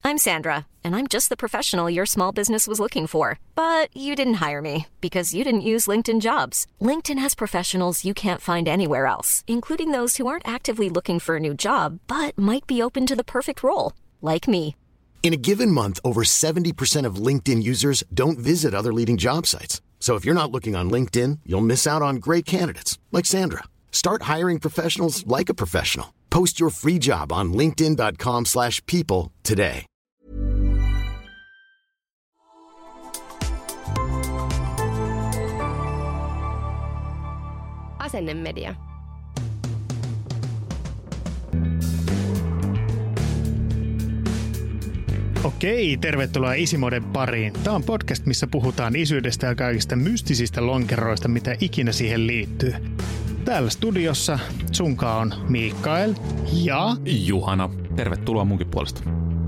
I'm Sandra, and I'm just the professional your small business was looking for. But you didn't hire me because you didn't use LinkedIn Jobs. LinkedIn has professionals you can't find anywhere else, including those who aren't actively looking for a new job, but might be open to the perfect role, like me. In a given month, over 70% of LinkedIn users don't visit other leading job sites. So if you're not looking on LinkedIn, you'll miss out on great candidates like Sandra. Start hiring professionals like a professional. Post your free job on linkedin.com/people today. Asennemedia. Okei, tervetuloa Isimoden pariin. Tämä on podcast, missä puhutaan isyydestä ja kaikista mystisistä lonkeroista, mitä ikinä siihen liittyy. Täällä studiossa sunkaan on Mikael ja Juhana. Tervetuloa munkin puolesta.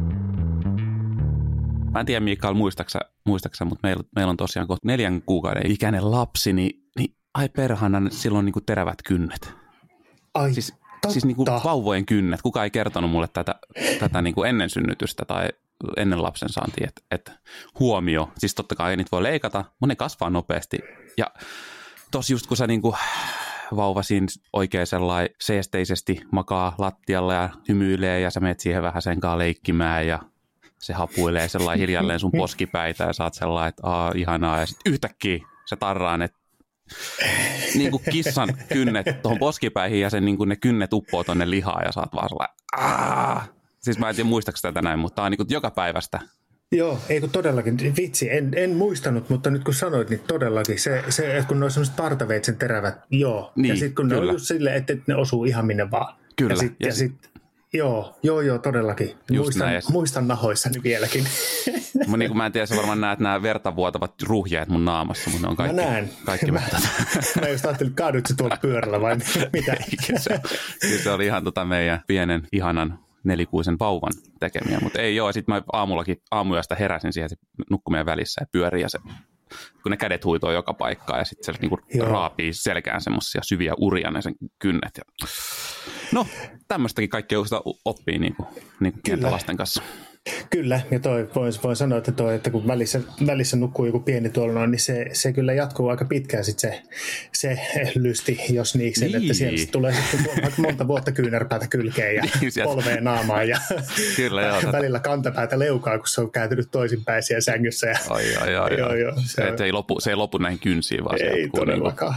Mä en tiedä, Mikael, muistaksä, mutta meillä on tosiaan kohta 4 kuukauden ikäinen lapsi, niin ai perhana, sillä on niinku terävät kynnet. ai Siis niinku vauvojen kynnet. Kukaan ei kertonut mulle tätä niinku ennen synnytystä tai ennen lapsen saantia, että huomio. Siis totta kai niitä voi leikata, mutta ne kasvaa nopeasti. Ja tossa just kun sä niinku vauva siinä oikein sellainen seesteisesti makaa lattialla ja hymyilee ja sä menet siihen vähän sen kanssa leikkimään ja se hapuilee sellainen hiljalleen sun poskipäitä ja saat sellainen, että ihanaa ja sitten yhtäkkiä se tarraan, että niin kuin kissan kynnet tuohon poskipäihin ja sen, niin kuin ne kynnet uppoo tonne lihaan ja saat vaan sellainen Siis mä en tiedä muistaaks tätä näin, mutta tää on niin kuin joka päivästä. Joo, ei kun todellakin, vitsi, en muistanut, mutta nyt kun sanoit, niin todellakin se että kun ne on semmoiset partaveitsen terävät, joo. Niin, ja sitten kun kyllä. ne on just silleen, että ne osuu ihan minne vaan. Kyllä. Ja sitten joo, todellakin. Muistan nahoissani vieläkin. Mä en tiedä, sä varmaan näet nämä vertavuotavat ruhjeet mun naamassa, mutta ne on kaikki. Mä näen. Mä just ajattelin, kaadut se tuolla pyörällä vai mitä? se oli ihan meidän pienen, ihanan 4-kuisen vauvan tekemiä, mutta ei joo. Sitten mä aamuyöstä heräsin siihen nukkumien välissä ja pyörin ja se, kun ne kädet huitoo joka paikkaan ja sitten se niinku raapii selkään semmoisia syviä uria ne sen kynnet. Ja no, tämmöistäkin kaikkea oppii niinku pienten lasten kanssa. Kyllä, ja voin sanoa, että kun välissä nukkuu joku pieni tuolla noin, niin se kyllä jatkuu aika pitkään sitten se lysti, jos niiksen, että siellä tulee sitten monta vuotta kyynärpäätä kylkeen ja polveen naamaan ja kyllä, välillä kantapäätä leukaa, kun se on kääntynyt toisinpäin siellä sängyssä. Ja, joo. Se ei lopu näihin kynsiin, vaan ei todellakaan.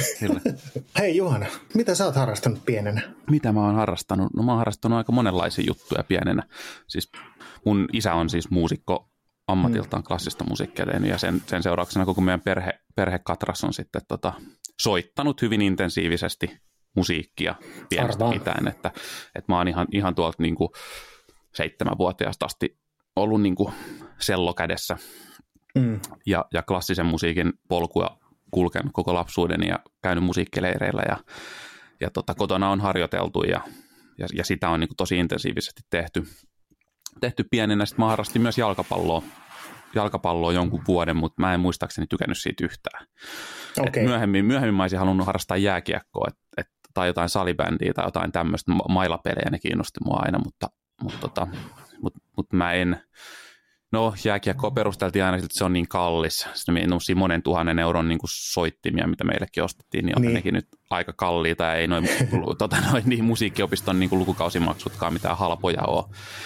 Hei Juhana, mitä sä oot harrastanut pienenä? Mitä mä oon harrastanut? No mä oon harrastanut aika monenlaisia juttuja pienenä. Siis mun isä on siis muusikko ammatiltaan, klassista musiikkia tehnyt ja sen seurauksena koko meidän perhekatras on sitten soittanut hyvin intensiivisesti musiikkia pienestä pitäen, että mä oon ihan tuolta niinku 7-vuotiaasta asti ollut niinku sello kädessä ja klassisen musiikin polkua kulkenut koko lapsuuden ja käynyt musiikkileireillä ja kotona on harjoiteltu ja sitä on niinku tosi intensiivisesti tehty pienenä. Sitten mä harrastin myös jalkapalloa jonkun vuoden, mutta mä en muistaakseni tykännyt siitä yhtään. Okay. Myöhemmin mä olisin halunnut harrastaa jääkiekkoa tai jotain salibändiä tai jotain tämmöistä mailapelejä, ne kiinnosti mua aina, mutta mä en. No, jääkiekkoa perusteltiin aina, että se on niin kallis. Sitten monen 1000 euron niin kuin soittimia, mitä meillekin ostettiin, niin on nekin nyt aika kalliita ja ei noin niin musiikkiopiston niin kuin lukukausimaksutkaan mitään halpoja ole.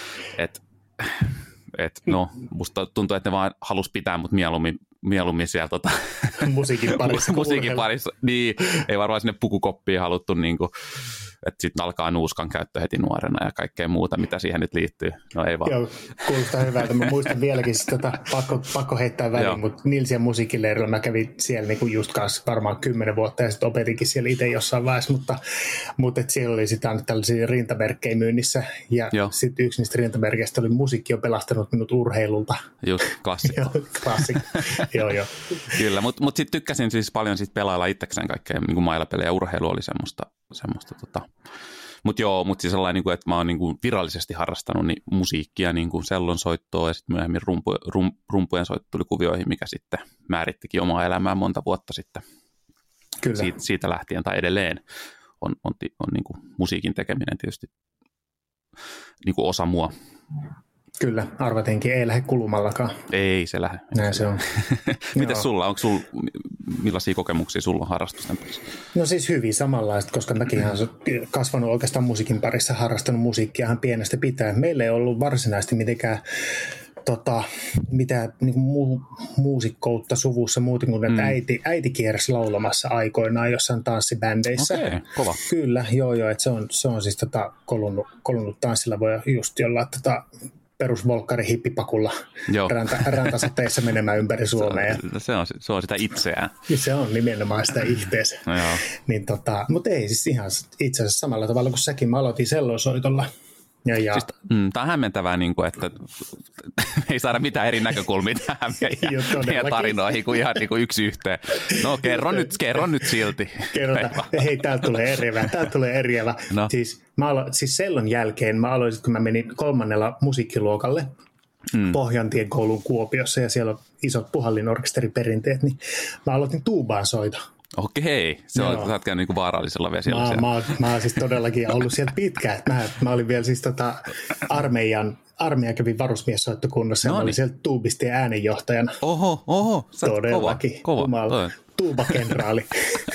No, musta tuntuu, että ne vaan halus pitää mut mieluummin siellä musiikin parissa. Niin, ei varmaan sinne pukukoppiin haluttu niinku, että sitten alkaa nuuskan käyttö heti nuorena ja kaikkea muuta, mitä siihen nyt liittyy. No ei vaan. Joo, kuulostaa hyvältä. Mä muistan vieläkin, pakko heittää väliin, mutta Nilsian musiikkileirillä mä kävin siellä niinku just kanssa varmaan 10 vuotta ja sitten opetinkin siellä itse jossain vaiheessa, mutta siellä oli sitten aina tällaisia rintamerkkejä myynnissä ja sitten yksi niistä rintamerkeistä oli musiikki on pelastanut minut urheilulta. Just, klassikko. Joo. Kyllä, mutta sitten tykkäsin siis paljon pelailla itsekseen kaikkea, niin kuin mailapelejä ja urheilu oli semmoista. Mutta siis sellainen, että mä oon virallisesti harrastanut musiikkia, sellon soittoa ja sitten myöhemmin rumpujen soitto tuli kuvioihin, mikä sitten määrittikin omaa elämää monta vuotta sitten. Kyllä. Siitä lähtien tai edelleen on musiikin tekeminen tietysti osa mua. Kyllä, arvatenkin ei lähde kulumallakaan. Ei se lähde. Näin se on. Mites sulla, millaisia kokemuksia sulla on harrastusten parissa? No siis hyvin samanlaiset, koska mäkin olen kasvanut oikeastaan musiikin parissa, harrastanut musiikkia ihan pienestä pitäen. Meillä ei ollut varsinaisesti mitenkään mitään niin muusikkoutta suvussa muuten kuin, että äiti kiersi laulamassa aikoinaan jossain tanssibändeissä. Okei, kova. Kyllä, joo, että se on siis kolunut tanssilla, voi just jollain perusvolkkari hippipakulla rantasateessa menemään ympäri Suomea. Se on sitä itseään. Se on nimenomaan sitä itseänsä. Niin, mutta ei siis ihan itse asiassa samalla tavalla kuin säkin. Mä aloitin sellosoitolla. Siis, tämä on hämmentävää, niin kuin, että ei saada mitään eri näkökulmia tähän meidän tarinoihin kuin ihan niin kuin yksi yhteen. No kerro nyt silti. Kerrotaan. Hei, täältä tulee eriävä. No. Siis sellon jälkeen mä aloitin, kun mä menin 3. musiikkiluokalle Pohjantien kouluun Kuopiossa ja siellä on isot puhallinorkesteriperinteet, niin mä aloitin tuubaan soita. Okei, sä oot käynyt niinku vaarallisella vielä siellä. Mä oon siis todellakin ollut siellä pitkään. Mä olin vielä siis armeijan kävin varusmiessoittokunnassa ja mä olin siellä tuubistien äänenjohtajana. Oho, sä oot kova. Tuubakenraali.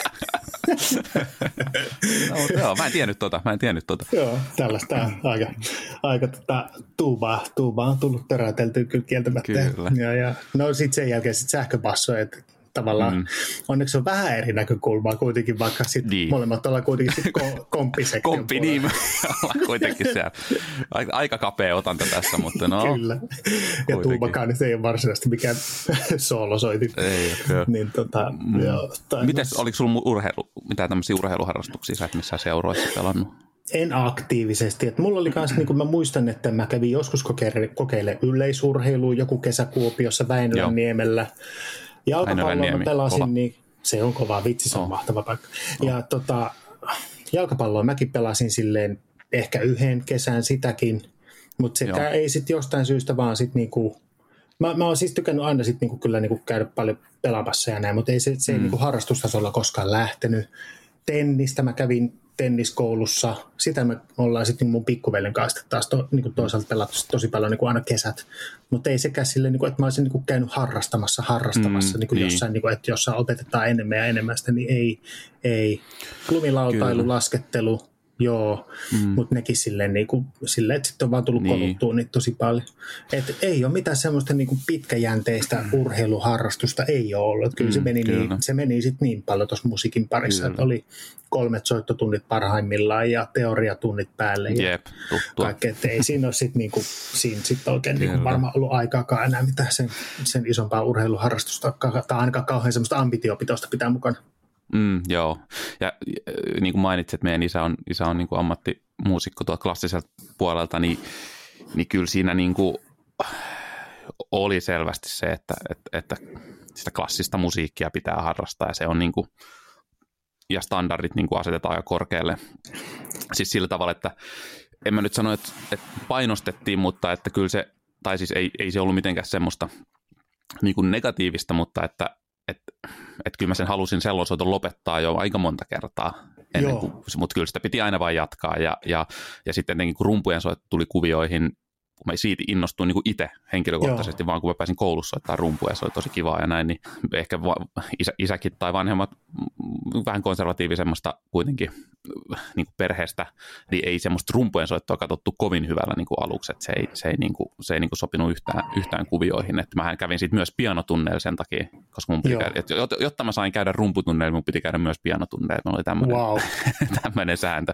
Joo, mä en tiennyt tota. Joo, tällaista aika tuubaa on tullut töräyteltyä kyllä kieltämättä. Kyllä. Ja no sit sen jälkeen sähköbasso, että tavallaan onneksi on vähän eri näkökulmaa kuitenkin, vaikka sitten molemmat ollaan kuitenkin komppisektion Komppi, niin ollaan kuitenkin siellä. Aika kapea otanta tässä, mutta no. Kyllä. Ja tuubakaan niin se ei ole varsinaisesti mikään soolosoitin. Ei, niin, mites, oliko sulla mitään tämmöisiä urheiluharrastuksia, sä et missään seuroissa pelannut? En aktiivisesti. Et mulla oli myös, niin kuin mä muistan, että mä kävin joskus kokeilemaan yleisurheilua joku kesä Kuopiossa Väinölänniemellä. Jalkapalloa mä pelasin, kova. Niin se on kova vitsi, se on mahtava paikka. Ja jalkapalloa mäkin pelasin silleen ehkä yhden kesän sitäkin, mutta sekään ei sitten jostain syystä vaan sitten niinku, mä oon siis tykännyt aina sitten niinku kyllä niinku käydä paljon pelaamassa ja näin, mutta ei se ei niinku harrastustasolla koskaan lähtenyt. Tennistä mä kävin tenniskoulussa, sitä me ollaan sitten mun pikkuveljen kanssa taas niinku toisaalta pelattu tosi paljon niinku aina kesät, mutta ei sekään silleen, niinku, että mä olisin niinku käynyt harrastamassa niinku jossain, niinku, että jossain opetetaan enemmän ja enemmän sitä, niin ei. Lumilautailu, laskettelu, joo, mutta nekin silleen, niinku, silleen, että sitten on vaan tullut koluttua niin tosi paljon. Et ei ole mitään semmoista niinku pitkäjänteistä urheiluharrastusta, ei ole ollut. Kyllä se meni sitten niin paljon tuossa musiikin parissa, että oli 3 soittotunnit parhaimmillaan ja teoriatunnit päälle ja kaikkea, että ei siinä ole sitten niinku, oikein niinku varmaan ollut aikaakaan enää mitään sen isompaa urheiluharrastusta, tai ainakaan kauhean semmoista ambitiopitoista pitää mukana. Joo, ja niin kuin mainitsit, että meidän isä on niin kuin ammattimuusikko tuolta klassiselta puolelta, niin kyllä siinä niin kuin oli selvästi se, että sitä klassista musiikkia pitää harrastaa, ja se on niin kuin, ja standardit niin kuin asetetaan aika korkealle. Siis sillä tavalla, että en mä nyt sano, että painostettiin, mutta että kyllä se, tai siis ei se ollut mitenkään semmoista niin kuin negatiivista, mutta että kyllä mä sen halusin sellonsoiton lopettaa jo aika monta kertaa, mutta kyllä sitä piti aina vain jatkaa. Ja sitten etenkin kun rumpujen soitto tuli kuvioihin, kun mä siitä innostuin niin itse henkilökohtaisesti, vaan kun mä pääsin koulussa soittaa rumpuja, se oli tosi kivaa ja näin, niin ehkä isäkin tai vanhemmat vähän konservatiivisemmasta kuitenkin niin kuin perheestä, niin ei semmoista rumpujen soittoa katsottu kovin hyvällä niin kuin aluksi, että se ei niin kuin sopinut yhtään kuvioihin, että mähän kävin siitä myös pianotunneilla sen takia, koska mun piti jotta mä sain käydä rumputunneilla, mun piti käydä myös pianotunneilla, meillä oli tämmöinen sääntö.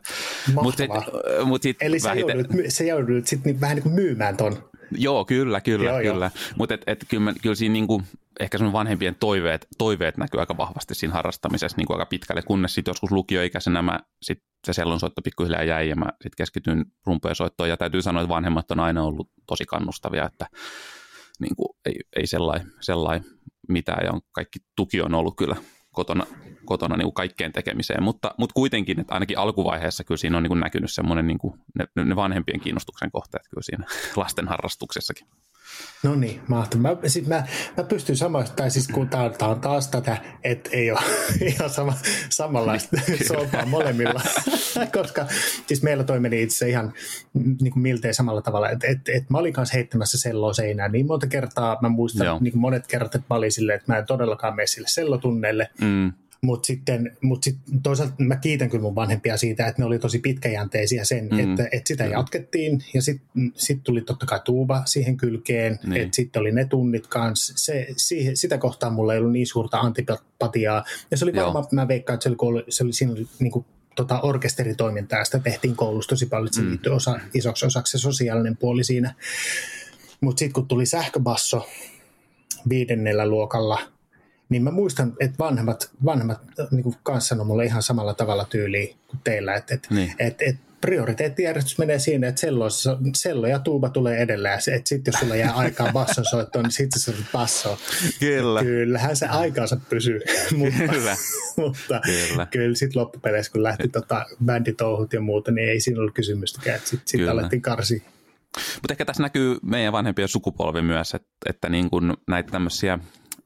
Eli sä joudut sitten vähän niin kuin myymään ton. Joo, kyllä. Mutta kyllä siinä niinku, ehkä sun vanhempien toiveet näkyy aika vahvasti siinä harrastamisessa niinku aika pitkälle, kunnes sitten joskus lukioikäisenä se sellonsoitto pikkuhiljaa jäi ja mä sitten keskityin rumpujen soittoon ja täytyy sanoa, että vanhemmat on aina ollut tosi kannustavia, että niinku, ei sellainen mitään ja kaikki tuki on ollut kyllä kotona niin kuin kaikkeen tekemiseen, mutta kuitenkin, että ainakin alkuvaiheessa kyllä siinä on niin kuin näkynyt semmoinen niin kuin ne vanhempien kiinnostuksen kohteet kyllä siinä lasten harrastuksessakin. No niin, mahtavaa. Mä pystyn samasta, tai siis kun tää on taas tätä, että ei ole ihan samanlaista soopaa molemmilla, koska siis meillä toi meni itse ihan niin kuin miltei samalla tavalla, että mä olin kanssa heittämässä selloa seinään niin monta kertaa, mä muistan niin kuin monet kerrat, että mä olin silleen, että mä en todellakaan mene sille sellotunneille, Mutta sitten toisaalta mä kiitän kyllä mun vanhempia siitä, että ne oli tosi pitkäjänteisiä sen, että sitä jatkettiin. Ja sitten tuli totta kai tuuba siihen kylkeen, että sitten oli ne tunnit kanssa. Sitä kohtaa mulla ei ollut niin suurta antipatiaa. Ja se oli varmaan, mä veikkaan, että siinä oli niinku orkesteritoimintaa, ja sitä tehtiin koulussa tosi paljon, että se liittyi isoksi osaksi se sosiaalinen puoli siinä. Mutta sitten kun tuli sähköbasso 5. luokalla, niin mä muistan, että vanhemmat niin kuin kanssa sanoi mulle ihan samalla tavalla tyyliin kuin teillä, että prioriteettijärjestys menee siinä, että sello ja tuuba tulee edelleen, että sitten jos sulla jää aikaa basson soittoon, niin sitten sä saat bassoa. Kyllähän se aikaansa pysyy, mutta kyllä sitten loppupeleissä, kun lähti bänditouhut ja muuta, niin ei siinä ollut kysymystäkään, että sitten alettiin karsia. Mutta ehkä tässä näkyy meidän vanhempien sukupolvi myös, että niin kuin näitä tämmöisiä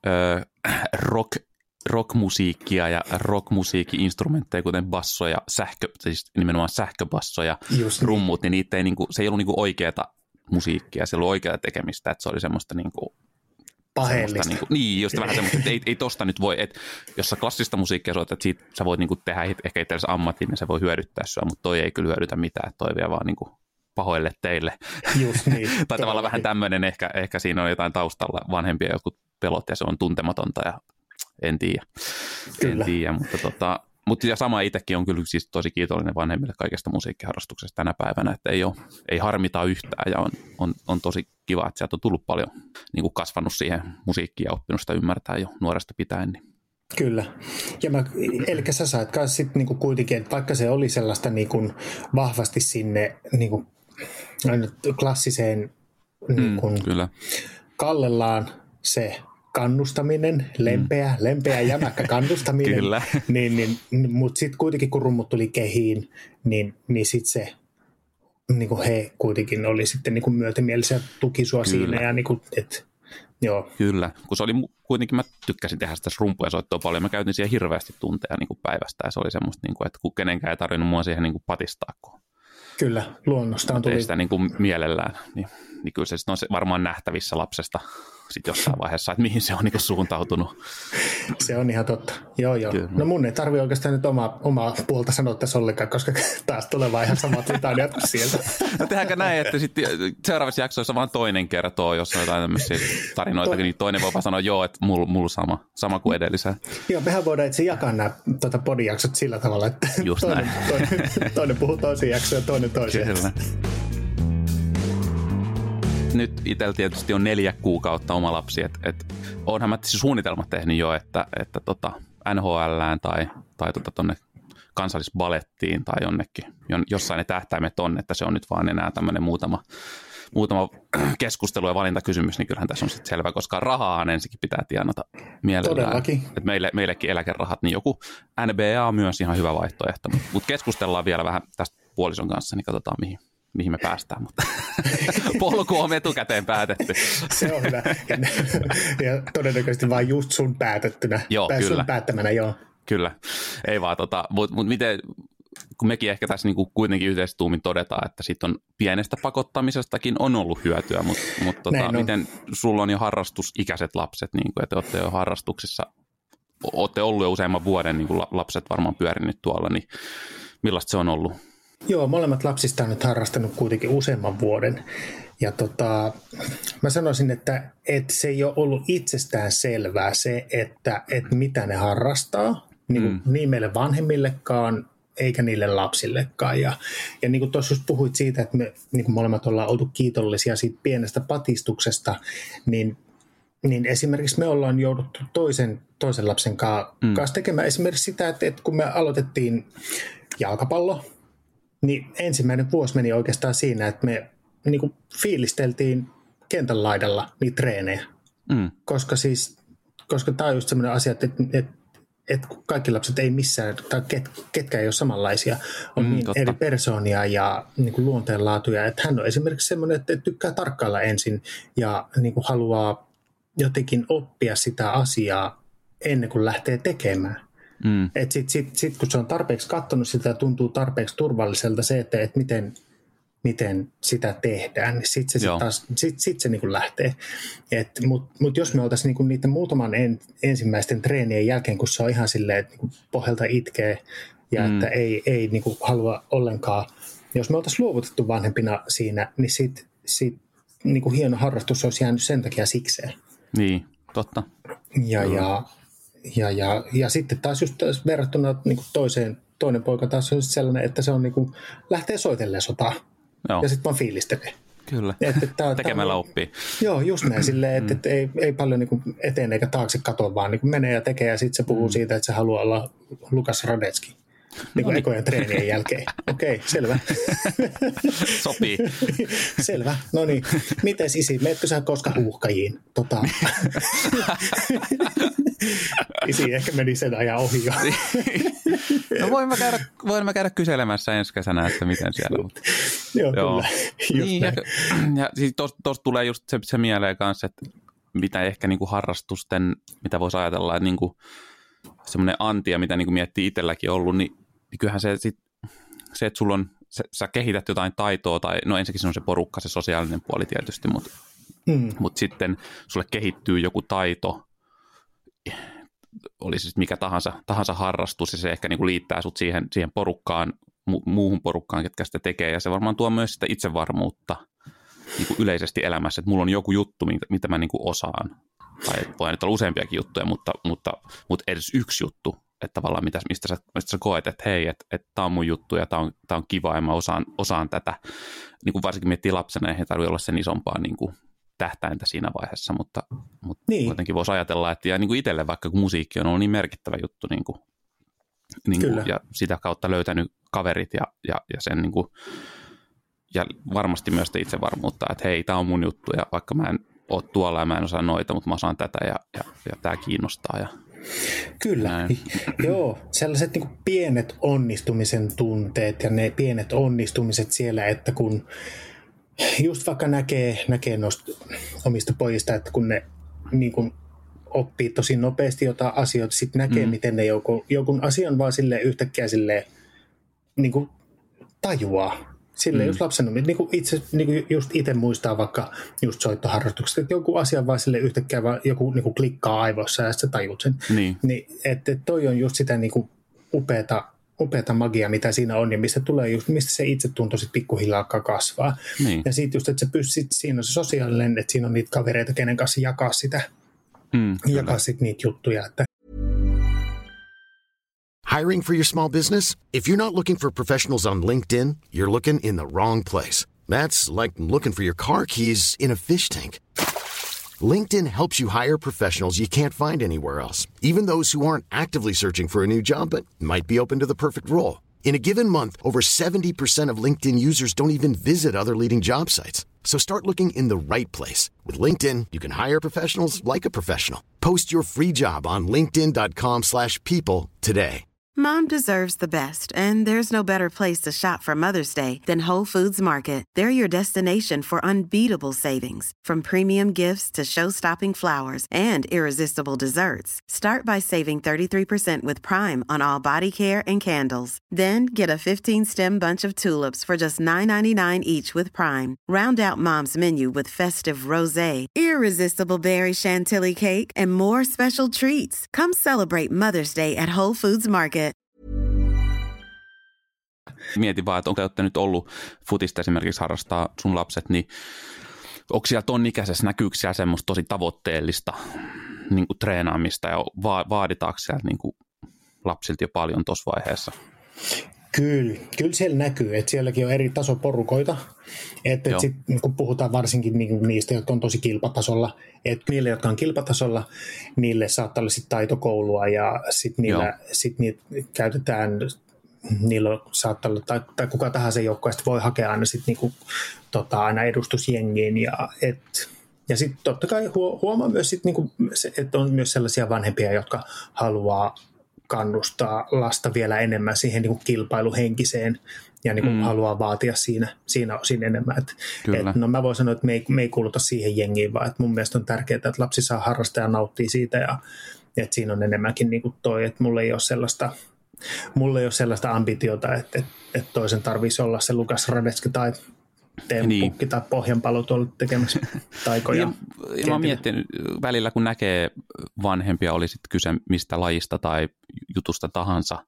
rockmusiikkia ja rockmusiikki-instrumentteja, kuten basso ja siis nimenomaan sähköbasso ja rummut, niin niitä ei, se ei ollut oikeaa musiikkia, se ei ollut oikeaa tekemistä, että se oli semmoista paheellista. Just vähän semmoista, että ei tosta nyt voi, että jos sä klassista musiikkia soitat, että siitä sä voit tehdä ehkä itsellesi ammatin, niin se voi hyödyttää sua, mutta toi ei kyllä hyödytä mitään, toi vie vaan pahoille teille. Just niin. Tai tavallaan vähän tämmöinen, ehkä siinä on jotain taustalla, vanhempia jotkut pelot ja se on tuntematonta ja en tiedä, mutta ja sama itsekin on kyllä siis tosi kiitollinen vanhemmille kaikesta musiikkiharrastuksesta tänä päivänä, että ei harmita yhtään ja on tosi kiva, että sieltä on tullut paljon kasvanut siihen musiikkiin ja oppinut sitä ymmärtää jo nuoresta pitäen. Niin. Kyllä. Ja eli sä sait kanssa sitten kuitenkin, että vaikka se oli sellaista vahvasti sinne klassiseen kyllä. kallellaan se kannustaminen, lempeä jämäkkä kannustaminen, Kyllä. Mutta sitten kuitenkin kun rummut tuli kehiin, niin sitten se he kuitenkin oli sitten myötämielisiä tuki sua siinä ja joo. Kyllä, kun se oli kuitenkin, mä tykkäsin tehdä sitä rumpuja soittoa paljon, mä käytin siihen hirveästi tunteja päivästä ja se oli semmoista, että kun kenenkään ei tarvinnut mua siihen patistaa, Kyllä, luonnostaan tuli. Ei sitä mielellään, niin kyllä se on varmaan nähtävissä lapsesta sitten jossain vaiheessa, että mihin se on suuntautunut. Se on ihan totta, joo. Kyllä. No mun ei tarvitse oikeastaan nyt omaa puolta sanoa tässä ollenkaan, koska taas tulee vaan ihan samat litaniat kuin sieltä. No tehdäänkö näin, että sitten seuraavassa jaksoissa vaan toinen kertoo, jos on jotain tämmöisiä tarinoita, niin toinen voi vaan sanoa, joo, että mulla sama kuin edellisellä. Joo, mehän voidaan itse jakaa nämä podijaksot sillä tavalla, että toinen puhuu toisen jakson ja toinen toisen. Kyllä. Nyt itsellä tietysti on 4 kuukautta oma lapsi, että oonhan mä suunnitelmat tehnyt jo, että NHLään tai tuonne kansallisbalettiin tai jonnekin, jossain ne tähtäimet on, että se on nyt vaan enää tämmöinen muutama keskustelu ja valintakysymys, niin kyllähän tässä on sitten selvä, koska rahaahan ensinnäkin pitää tienata mielellään. Todellakin. Että meillekin eläkerahat, niin joku NBA on myös ihan hyvä vaihtoehto, mutta keskustellaan vielä vähän tästä puolison kanssa, niin katsotaan mihin me päästään, mutta polku on etukäteen päätetty. Se on hyvä. Ja todennäköisesti vaan just sun päätettynä. Joo, kyllä. Sun päättämänä, joo. Kyllä. Ei vaan, mutta miten, kun mekin ehkä tässä kuitenkin yhteistuumin todetaan, että siitä on pienestä pakottamisestakin on ollut hyötyä, mutta miten sulla on jo harrastusikäiset lapset, että olette jo harrastuksissa, olette ollut jo useamman vuoden, niin kuin lapset varmaan pyörinyt tuolla, niin millaista se on ollut? Joo, molemmat lapsista on nyt harrastanut kuitenkin useamman vuoden. Ja mä sanoisin, että se ei ole ollut itsestään selvää se, että mitä ne harrastaa, niin meille vanhemmillekaan, eikä niille lapsillekaan. Ja niin kuin tuossa just puhuit siitä, että me niin kuin molemmat ollaan oltu kiitollisia siitä pienestä patistuksesta, niin esimerkiksi me ollaan jouduttu toisen lapsen kanssa tekemään esimerkiksi sitä, että kun me aloitettiin jalkapallo, niin ensimmäinen vuosi meni oikeastaan siinä, että me fiilisteltiin kentän laidalla niitä treenejä. Koska tämä on just semmoinen asia, että että kaikki lapset ei missään, tai ketkä ei ole samanlaisia, on niin eri persoonia ja niin kuin luonteenlaatuja, että hän on esimerkiksi semmoinen, että tykkää tarkkailla ensin ja niin kuin haluaa jotenkin oppia sitä asiaa ennen kuin lähtee tekemään. Että sit kun se on tarpeeksi katsonut sitä ja tuntuu tarpeeksi turvalliselta se, että miten sitä tehdään, niin sitten se niin kuin lähtee. Mutta jos me oltaisiin niin niiden muutaman ensimmäisten treenien jälkeen, kun se on ihan silleen, että niin pohjalta itkee ja että ei niin kuin halua ollenkaan, jos me oltaisiin luovutettu vanhempina siinä, niin sit niin kuin hieno harrastus olisi jäänyt sen takia sikseen. Niin, totta. Ja sitten taas just verrattuna niin kuin toinen poika taas on sellainen, että se on niin kuin, lähtee soitelleen sotaa. Joo. Ja sitten vaan fiilistelee. Kyllä, tekemällä oppii. Joo, just näin silleen, että ei paljon niin kuin eteen eikä taakse katoa, vaan niin kuin menee ja tekee ja sitten se puhuu siitä, että se haluaa olla Lukas Radetski. Niin kuin ekojen treenien jälkeen. Okei, selvä. Sopii. Selvä. No niin. Mites isi, meetkö sä koska huuhkajiin? Isi ehkä meni sen ajan ohi jo. No voimme käydä kyselemässä ensi kesänä, että miten siellä. Mutta. Joo, kyllä. Niin, ja siis tuosta tulee just se mieleen kanssa, että mitä ehkä niinku harrastusten, mitä voisi ajatella, että niinku semmoinen antia, mitä niinku miettii itselläkin ollut, niin kyllähän se, että sulla on, sä kehität jotain taitoa, tai no ensinnäkin se on se porukka, se sosiaalinen puoli tietysti, mutta sitten sulle kehittyy joku taito, oli siis mikä tahansa harrastus, ja se ehkä niinku liittää sut siihen porukkaan, muuhun porukkaan, ketkä sitä tekee, ja se varmaan tuo myös sitä itsevarmuutta niinku yleisesti elämässä, että mulla on joku juttu, mitä mä niinku osaan, tai voi nyt olla useampiakin juttuja, mutta edes yksi juttu, että tavallaan mistä sä koet, että hei, että tää on mun juttu ja tää on kiva ja mä osaan tätä. Niin kuin varsinkin miettii lapsena, ei tarvitse olla sen isompaa niin kuin tähtäintä siinä vaiheessa, mutta niin. Kuitenkin voisi ajatella, että ja niin kuin itselle vaikka kun musiikki on ollut niin merkittävä juttu niin kuin, ja sitä kautta löytänyt kaverit ja sen niin kuin, ja varmasti myös sitä itsevarmuutta, että hei, tää on mun juttu ja vaikka mä en ole tuolla ja mä en osaa noita, mutta mä osaan tätä ja tää kiinnostaa ja kyllä, joo, sellaiset niin kuin pienet onnistumisen tunteet ja ne pienet onnistumiset siellä, että kun just vaikka näkee noista omista pojista, että kun ne niin kuin oppii tosi nopeasti jotain asioita, sitten näkee, miten ne jonkun asian vaan silleen yhtäkkiä silleen niin kuin tajuaa. Silleen just lapsen, niin kuin just itse muistaa vaikka just soittoharrastukset, että joku asia vaan sille yhtäkkiä vaan joku niin kuin klikkaa aivoissa ja sitten sä tajut sen. Niin, että toi on just sitä niin kuin upeata magiaa, mitä siinä on ja mistä tulee just, mistä se itsetunto sitten pikkuhiljaa alkaa kasvaa. Niin. Ja sitten just, että sä pystyt, siinä on se sosiaalinen, että siinä on niitä kavereita, kenen kanssa jakaa sitä, jakaa sitten niitä juttuja, että Hiring for your small business? If you're not looking for professionals on LinkedIn, you're looking in the wrong place. That's like looking for your car keys in a fish tank. LinkedIn helps you hire professionals you can't find anywhere else, even those who aren't actively searching for a new job but might be open to the perfect role. In a given month, over 70% of LinkedIn users don't even visit other leading job sites. So start looking in the right place. With LinkedIn, you can hire professionals like a professional. Post your free job on linkedin.com/people today. Mom deserves the best, and there's no better place to shop for Mother's Day than Whole Foods Market. They're your destination for unbeatable savings, from premium gifts to show-stopping flowers and irresistible desserts. Start by saving 33% with Prime on all body care and candles. Then get a 15-stem bunch of tulips for just $9.99 each with Prime. Round out Mom's menu with festive rosé, irresistible berry chantilly cake, and more special treats. Come celebrate Mother's Day at Whole Foods Market. Mietin vaan, että onko te nyt ollut futista esimerkiksi harrastaa sun lapset, niin onko siellä ton ikäisessä, näkyykö siellä semmoista tosi tavoitteellista niin kuin treenaamista ja vaaditaanko sieltä niin kuin lapsilta jo paljon tuossa vaiheessa? Kyllä siellä näkyy, että sielläkin on eri tasoporukoita, että sitten kun puhutaan varsinkin niistä, jotka on tosi kilpatasolla, että niille, jotka on kilpatasolla, niille saattaa olla sitten taitokoulua ja sitten niitä käytetään, niillä saattaa olla, tai kuka tahansa joukkueesta voi hakea aina sitten niinku, aina edustusjengiin ja sitten totta kai huomaa myös, sit, niinku, että on myös sellaisia vanhempia, jotka haluaa kannustaa lasta vielä enemmän siihen niin kuin kilpailuhenkiseen ja niin kuin haluaa vaatia siinä osin enemmän. No mä voin sanoa, että me ei kuuluta siihen jengiin, vaan että mun mielestä on tärkeää, että lapsi saa harrastaa ja nauttia siitä ja että siinä on enemmänkin niin kuin toi, että mulla ei ole sellaista ambitiota, että toisen tarvitsisi olla se Lukas Radetski tai Teemu Pukki tai Pohjanpalo tuolla tekemässä taikoja. Mä oon miettinyt välillä, kun näkee vanhempia, oli sitten kyse mistä lajista tai jutusta tahansa,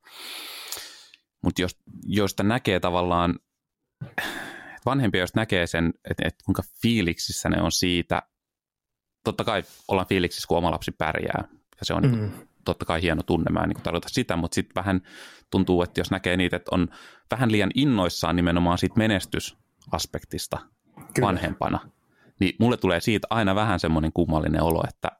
mutta josta näkee tavallaan, vanhempia, jos näkee sen, että kuinka fiiliksissä ne on siitä, totta kai ollaan fiiliksissä, kun oma lapsi pärjää, ja se on totta kai hieno tunne, mä en niin tarkoita sitä, mutta sitten vähän tuntuu, että jos näkee niitä, että on vähän liian innoissaan nimenomaan siitä menestysaspektista vanhempana, niin mulle tulee siitä aina vähän semmoinen kummallinen olo, että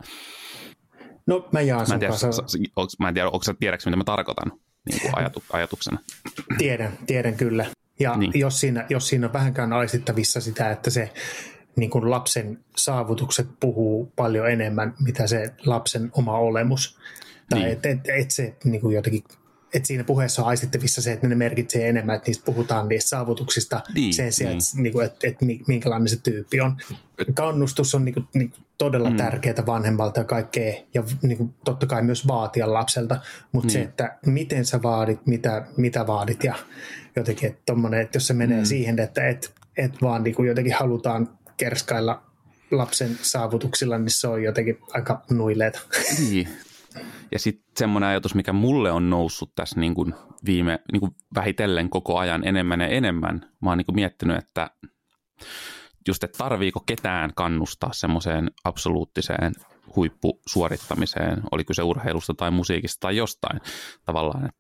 no mä jaan sen kanssa. Mä en tiedä, onko sä tiedätkö, mitä mä tarkoitan niin kuin ajatuksena? Tiedän kyllä. Ja niin. jos siinä on vähänkään aistittavissa sitä, että se niin kuin lapsen saavutukset puhuu paljon enemmän, mitä se lapsen oma olemus. Tai Niin. että se niin kuin jotenkin, että siinä puheessa on aistittavissa se, että ne merkitsee enemmän, että niistä puhutaan niistä saavutuksista sen sijaan, että minkälainen se tyyppi on. Kannustus on niin kuin todella tärkeää vanhemmalta ja kaikkea, ja niin kuin totta kai myös vaatia lapselta, mutta se, että miten sä vaadit, mitä vaadit, ja jotenkin, että tommoinen, että jos se menee siihen, että et vaan niin kuin jotenkin halutaan kerskailla lapsen saavutuksilla, niin se on jotenkin aika nuileeta. Niin. Ja sitten semmoinen ajatus, mikä mulle on noussut tässä niin kuin vähitellen koko ajan enemmän ja enemmän. Mä oon niin kuin miettinyt, että just, että tarviiko ketään kannustaa semmoiseen absoluuttiseen huippusuorittamiseen, oli kyse urheilusta tai musiikista tai jostain tavallaan,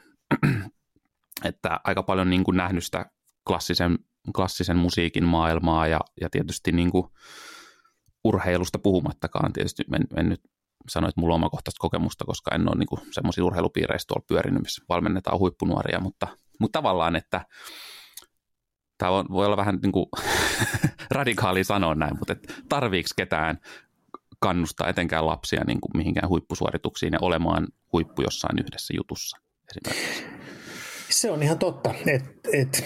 että aika paljon niin kuin nähnyt sitä klassisen musiikin maailmaa ja tietysti niin kuin urheilusta puhumattakaan. Tietysti en nyt sano, että mulla on omakohtaista kokemusta, koska en ole niin semmoisia urheilupiireissä tuolla pyörinyt, missä valmennetaan huippunuoria, mutta tavallaan, että tämä voi olla vähän niin kuin radikaali sanoa näin, mutta tarviiko ketään kannustaa etenkään lapsia niin kuin mihinkään huippusuorituksiin ja olemaan huippu jossain yhdessä jutussa esimerkiksi? Se on ihan totta, että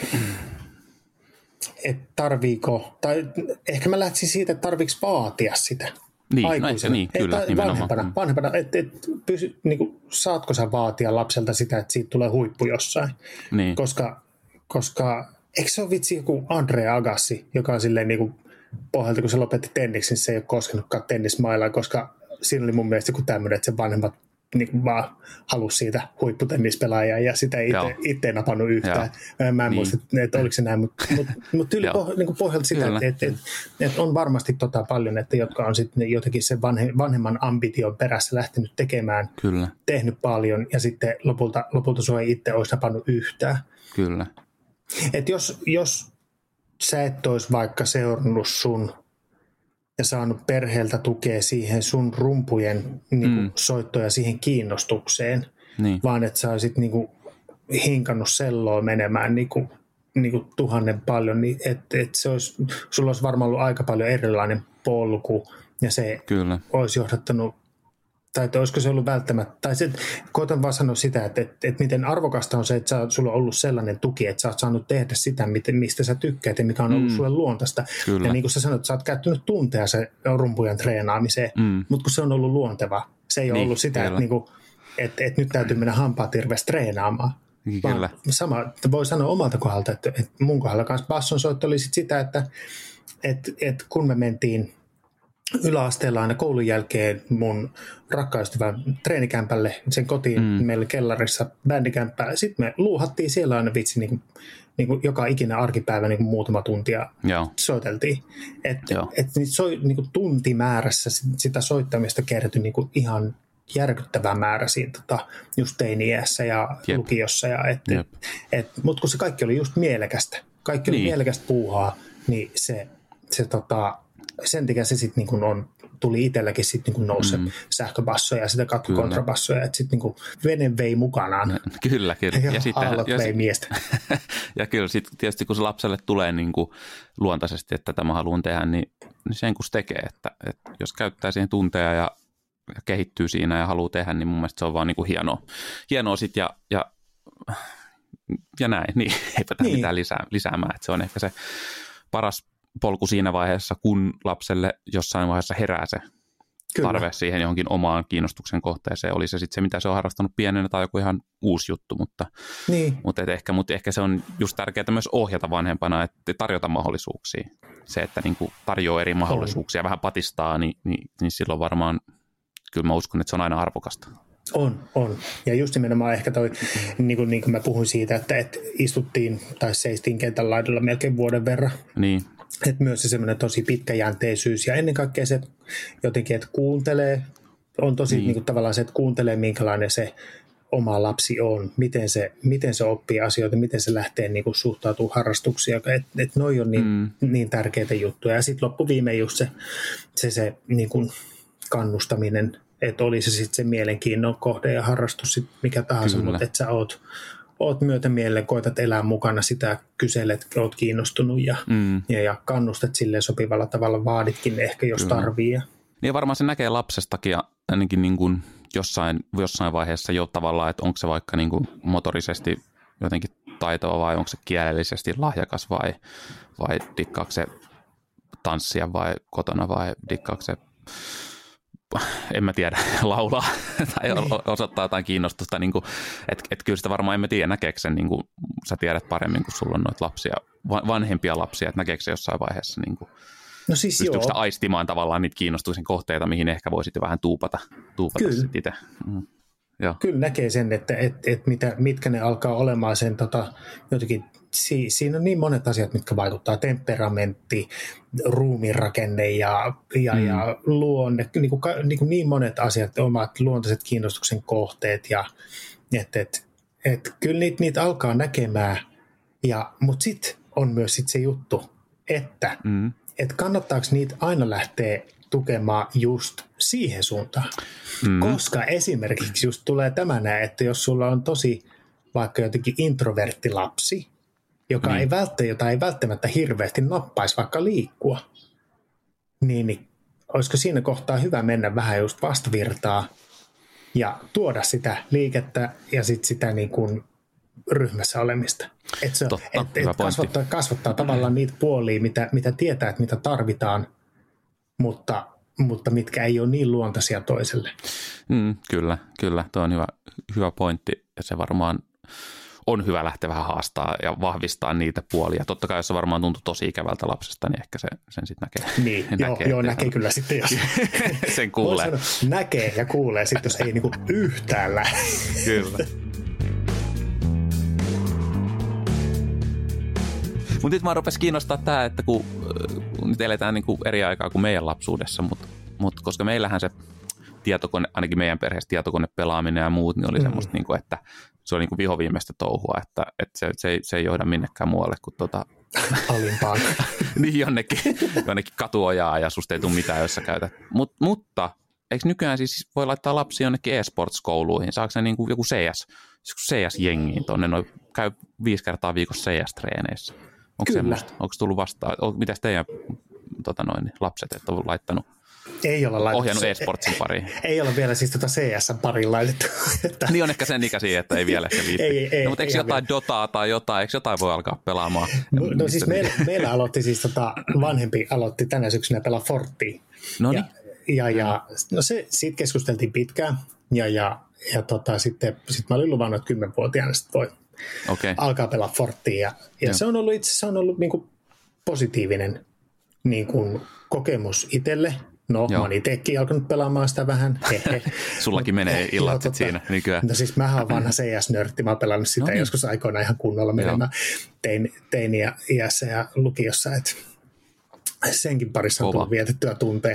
tarviiko, tai ehkä mä lähtisin siitä, että tarviiko vaatia sitä. Niin, kyllä, nimenomaan. Vanhempana, niin saatko sä vaatia lapselta sitä, että siitä tulee huippu jossain? Niin. Koska eikö se ole vitsi joku Andrea Agassi, joka on silleen niin kuin pohjalta, kun se lopetti tenniksen, se ei ole koskenutkaan tennismailaa, koska siinä oli mun mielestä joku tämmöinen, että se vanhemmat niin vaan halusi siitä huipputennispelaajaa ja sitä itse ei napannut yhtään. Mä en muista, että oliko se näin, mutta niin pohjalta sitä, että on varmasti paljon, että jotka on sitten jotenkin sen vanhemman ambition perässä lähtenyt tekemään, tehnyt paljon ja sitten lopulta sua ei itse olisi napannut yhtään. Kyllä. Että jos sä et olisi vaikka seurannut sun ja saanut perheeltä tukea siihen sun rumpujen soittoja siihen kiinnostukseen, vaan että sä olisit hinkannut selloa menemään tuhannen paljon, niin sulla olisi varmaan ollut aika paljon erilainen polku ja se olisi johdattanut, tai että olisiko se ollut välttämättä, tai koitan vaan sanoa sitä, että miten arvokasta on se, että sulla on ollut sellainen tuki, että sä oot saanut tehdä sitä, mistä sä tykkäät ja mikä on ollut sulle luontaista. Kyllä. Ja niin kuin sä sanoit, sä oot käyttänyt tunteja se rumpujen treenaamiseen, mutta kun se on ollut luonteva, se ei ole ollut sitä, että nyt täytyy mennä hampaatirveessä treenaamaan. Kyllä. Sama, voi sanoa omalta kohdalta, että mun kohdalla kanssa bassonsoitto oli sitä, että kun me mentiin yläasteella aina koulun jälkeen mun rakkaistuvan treenikämpälle, sen kotiin meillä kellarissa bändikämppää. Sitten me luuhattiin siellä aina vitsi niin kuin joka ikinen arkipäivä niin kuin muutama tuntia soiteltiin. Niin tuntimäärässä sitä soittamista kertyi niin kuin ihan järkyttävä määrä siinä just teini-iässä ja lukiossa. Mutta kun se kaikki oli just mielekästä, kaikki oli mielekästä puuhaa, niin se sen takia se sitten niin tuli itselläkin sitten niin nouse sähköbassoja ja sitä katkokontrabassoja, että sitten niin vene vei mukanaan. Kyllä. Ja aallot vei miestä. Ja kyllä sitten tietysti kun se lapselle tulee niin kuin luontaisesti, että tämä haluan tehdä, niin sen kun se tekee, että jos käyttää siihen tunteja ja kehittyy siinä ja haluaa tehdä, niin mun mielestä se on vaan niin kuin hienoa sit ja näin, niin eipä tähän mitään lisäämään, että se on ehkä se paras polku siinä vaiheessa, kun lapselle jossain vaiheessa herää se tarve siihen johonkin omaan kiinnostuksen kohteeseen. Oli se sitten se, mitä se on harrastanut pienenä tai joku ihan uusi juttu, mutta ehkä se on just tärkeää myös ohjata vanhempana, että tarjota mahdollisuuksia. Se, että niin kuin tarjoaa eri mahdollisuuksia, vähän patistaa, niin silloin varmaan, kyllä mä uskon, että se on aina arvokasta. On. Ja just nimenomaan ehkä toi, niin kuin mä puhuin siitä, että istuttiin tai seistiin kentän laidalla melkein vuoden verran. Niin. Että myös se semmoinen tosi pitkäjänteisyys ja ennen kaikkea se jotenkin, että kuuntelee, on tosi niin kuin tavallaan se, että kuuntelee minkälainen se oma lapsi on, miten se oppii asioita, miten se lähtee niin kuin suhtautumaan harrastuksiin, että noi on niin tärkeitä juttuja. Ja sitten loppuviimein just se niin kuin kannustaminen, että oli se sitten se mielenkiinnon kohde ja harrastus sit mikä tahansa, mutta että sä oot myötämielinen, koetat elää mukana sitä, kyselet, oot kiinnostunut ja kannustat silleen sopivalla tavalla, vaaditkin ehkä, jos tarvii. Niin varmaan se näkee lapsestakin ainakin niin kuin jossain vaiheessa jo tavallaan, että onko se vaikka niin kuin motorisesti jotenkin taitoa vai onko se kielellisesti lahjakas vai dikkaako se tanssia vai kotona vai dikkaako se, en mä tiedä, laulaa tai osoittaa jotain kiinnostusta. Niin että kyllä sitä varmaan emme tiedä, näkeekö sen, niin kuin, sä tiedät paremmin, kun sulla on noita lapsia, vanhempia lapsia, että näkeekö se jossain vaiheessa, niin kuin, no siis pystyykö sitä aistimaan tavallaan niitä kiinnostuksen kohteita, mihin ehkä voi sitten vähän tuupata sitten itse. Kyllä näkee sen, että mitkä ne alkaa olemaan sen jotenkin, siinä on niin monet asiat, mitkä vaikuttaa, temperamentti, ruumiinrakenne ja luonne, niin monet asiat, omat luontaiset kiinnostuksen kohteet ja että kyllä niitä alkaa näkemään, mutta sitten on myös se juttu, että kannattaako niitä aina lähteä tukemaan just siihen suuntaan. Koska esimerkiksi just tulee tämä näin, että jos sulla on tosi vaikka jotenkin introvertti lapsi, jota ei välttämättä hirveästi nappaisi vaikka liikkua, niin olisiko siinä kohtaa hyvä mennä vähän just vastavirtaa ja tuoda sitä liikettä ja sitten sitä niin kuin ryhmässä olemista. Että kasvattaa tavallaan niitä puolia, mitä tietää, että mitä tarvitaan, mutta mitkä ei ole niin luontaisia toiselle. Kyllä. Tuo on hyvä pointti ja se varmaan on hyvä lähteä vähän haastaa ja vahvistaa niitä puolia. Totta kai jos se varmaan tuntuu tosi ikävältä lapsesta, niin ehkä sen sitten näkee. Niin, näkee kyllä sitten, jos sen kuulee. Näkee ja kuulee sitten, jos ei niinku yhtään lähde. Kyllä. Mutta nyt mä rupesin kiinnostaa tämä, että kun nyt eletään niin kuin eri aikaa kuin meidän lapsuudessa, mutta koska meillähän se tietokone, ainakin meidän perheessä tietokonepelaaminen ja muut, niin oli semmoista, niin kuin, että se oli niin kuin vihoviimeistä touhua, että se ei johda minnekään muualle kuin alimpaan. Niin jonnekin katuojaa ja susta ei tule mitään, jos sä käytät. Mutta eikö nykyään siis voi laittaa lapsia jonnekin e-sports-kouluihin? Saako se niin kuin joku CS-jengiin tuonne? Käy 5 kertaa viikossa CS-treeneissä. Onko semmoista? Onko tullut vastaan? Mitäs teidän lapset et ole laittanut? Ei olla laitettu. Ohjannut e-sportsin pariin. Ei olla vielä siis CS-pariin laitettu. Niin on ehkä sen ikäisiä, että ei vielä ehkä viitti. Mutta eikö jotain Dotaa tai jotain, eikö jotain voi alkaa pelaamaan? No siis meillä aloitti siis vanhempi aloitti tänä syksynä pelaa Forttia. No niin. Ja siitä keskusteltiin pitkään ja sitten mä olin luvannut, että 10-vuotiaana sitten voi alkaa pelaa Forttia. Ja se on ollut niin kuin positiivinen niin kuin kokemus itselle. No, mä oon itsekin alkanut pelaamaan sitä vähän. Sullakin menee illat siinä nykyään. No siis mähän oon vanha CS-nörtti. Mä oon pelannut sitä joskus aikoina ihan kunnolla menemään teiniä iässä ja lukiossa. Et senkin parissa on tullut vietettyä tunteja.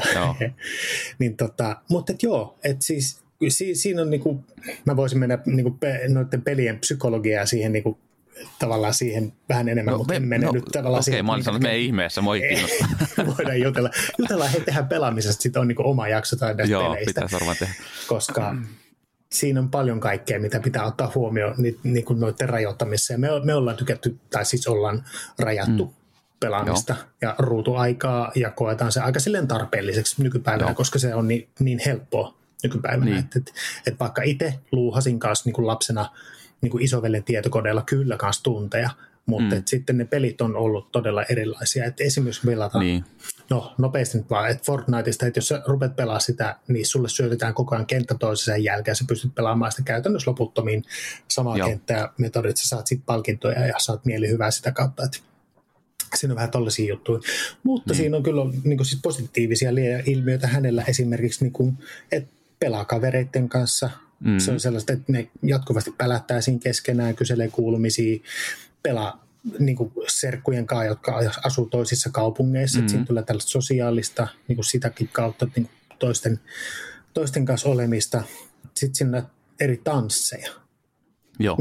Mutta siis siinä on niinku, mä voisin mennä niinku noiden pelien psykologiaa siihen niinku, tavallaan siihen vähän enemmän, mutta en mene nyt tavallaan siihen. Okei, mä olin sanonut, että me ei ihmeessä, moi kiinnostaa. Voidaan jutella tehdään pelaamisesta, sitten on niinku oma jakso tai näistä peleistä. Joo, pitäisi varmaan tehdä. Koska siinä on paljon kaikkea, mitä pitää ottaa huomioon niinku noiden rajoittamissa. Ja me ollaan tykätty, tai siis ollaan rajattu pelaamista ja ruutuaikaa, ja koetaan se aika silleen tarpeelliseksi nykypäivänä, koska se on niin helppoa nykypäivänä. Niin. Et vaikka itse luuhasin kanssa niin kuin lapsena niin kuin isovelen tietokoneella kyllä kanssa tunteja, mutta sitten ne pelit on ollut todella erilaisia. Et esimerkiksi pelata, nopeasti nyt vaan, että Fortniteista, että jos sä rupeat pelaamaan sitä, niin sulle syötetään koko ajan kenttä toisensa jälkeen, sä pystyt pelaamaan sitä käytännössä loputtomiin samaa kenttää metodit, sä saat sit palkintoja ja saat mielihyvää sitä kautta, että siinä on vähän tollaisia juttuja. Mutta siinä on kyllä niin kuin sit positiivisia ilmiöitä hänellä esimerkiksi, niin kuin, että pelaa kavereiden kanssa. Se on sellaista, että ne jatkuvasti pälättää siinä keskenään, kyselee kuulumisia, pelaa niin kuin serkkujen kanssa, jotka asuu toisissa kaupungeissa. Siinä tulee tällaista sosiaalista niin kuin sitäkin kautta niin kuin toisten kanssa olemista. Sitten siinä on eri tansseja. Joo.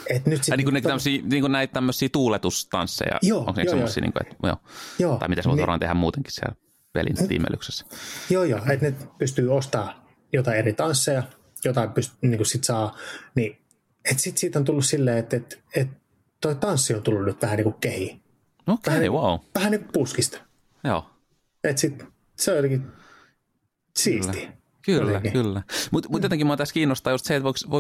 Näitä tämmöisiä tuuletustansseja. Onko ne semmoisia, joo. Tai mitä se voit varmaan tehdä muutenkin siellä pelin tiimelyksessä? Joo, että ne pystyy ostamaan jotain eri tansseja, jotain niin sit saa, niin että sitten siitä on tullut silleen, että toi tanssi on tullut nyt vähän niin kuin kehiin. Okei, wow. Vähän niin kuin puskista. Joo. Että sitten se on jotenkin siistiä. Kyllä. Mutta jotenkin mua tässä kiinnostaa just se,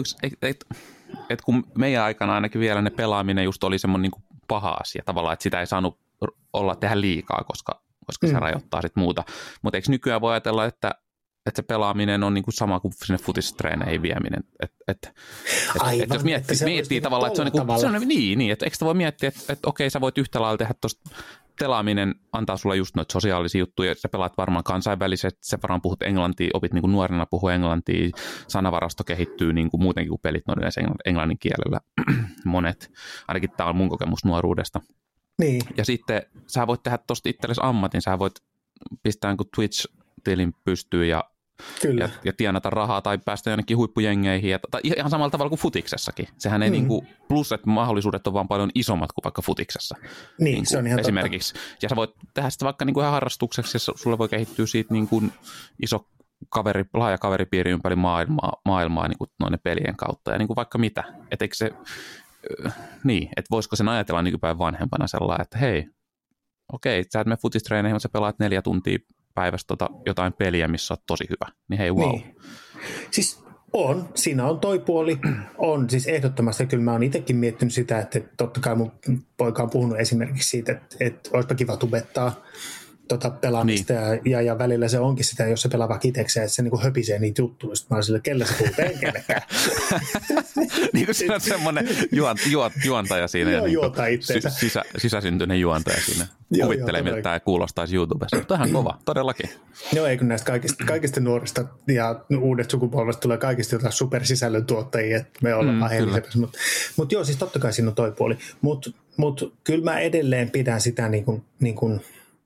että kun meidän aikana ainakin vielä ne pelaaminen just oli semmoinen niin kuin paha asia tavallaan, että sitä ei saanut tehdä liikaa, koska se rajoittaa sitten muuta. Mutta eikö nykyään voi ajatella, että se pelaaminen on niin kuin sama kuin sinne futistreeneihin vieminen. Aivan, jos miettii tavallaan, että se on niin, että eikö sitä voi miettiä, että okei, sä voit yhtä lailla tehdä tuosta pelaaminen antaa sulle just noita sosiaalisia juttuja, sä pelaat varmaan kansainväliset, sä varmaan puhut englantia, opit niin kuin nuorena puhua englantia, sanavarasto kehittyy niin kuin muutenkin kuin pelit on yleensä englannin kielellä, monet, ainakin tämä on mun kokemus nuoruudesta. Niin. Ja sitten sä voit tehdä tuosta itsellesi ammatin, sä voit pistää niin Twitch-tilin pystyyn ja tienata rahaa tai päästä jonnekin huippujengeihin. Tai ihan samalla tavalla kuin futiksessakin. Sehän ei niinku, plus, että mahdollisuudet on vaan paljon isommat kuin vaikka futiksessa. Niin, se on ihan esimerkiksi. Totta. Ja sä voit tehdä sitä vaikka niinku ihan harrastukseksi, ja sulle voi kehittyä siitä niinku iso laaja kaveripiiri ympäri maailmaa niinku noiden pelien kautta. Ja niinku vaikka mitä. Että eikö se, että voisiko sen ajatella nykypäivän vanhempana sellainen, että hei, okei, sä et mene futistreeneihin, mutta sä pelaat 4 tuntia päivästä jotain peliä, missä on tosi hyvä. Niin hei, wow. Niin. Siis siinä on toi puoli. On siis ehdottomasti, kyllä mä oon itsekin miettinyt sitä, että totta kai mun poika on puhunut esimerkiksi siitä, että olisipa kiva tubettaa pelaamista ja välillä se onkin sitä, jos se pelaa vaikka itsekseen, että se niin kuin höpisee niitä juttuja. Sitten mä oon sille, kelle se puhuu, kellekään. Niin kuin siinä on semmoinen juontaja siinä. Joo, juontaa itseensä. Sisäsyntyinen juontaja siinä. Kuvittelee, miltä tämä kuulostaisi YouTubessa. Mutta ihan kova, todellakin. Joo, eikö näistä kaikista nuorista ja uudet sukupolvesta tulee kaikista jotain supersisällön tuottajia, että me ollaan vaan hellisepässä. Mutta joo, siis totta kai siinä on toi puoli. Mutta kyllä mä edelleen pidän sitä niin kuin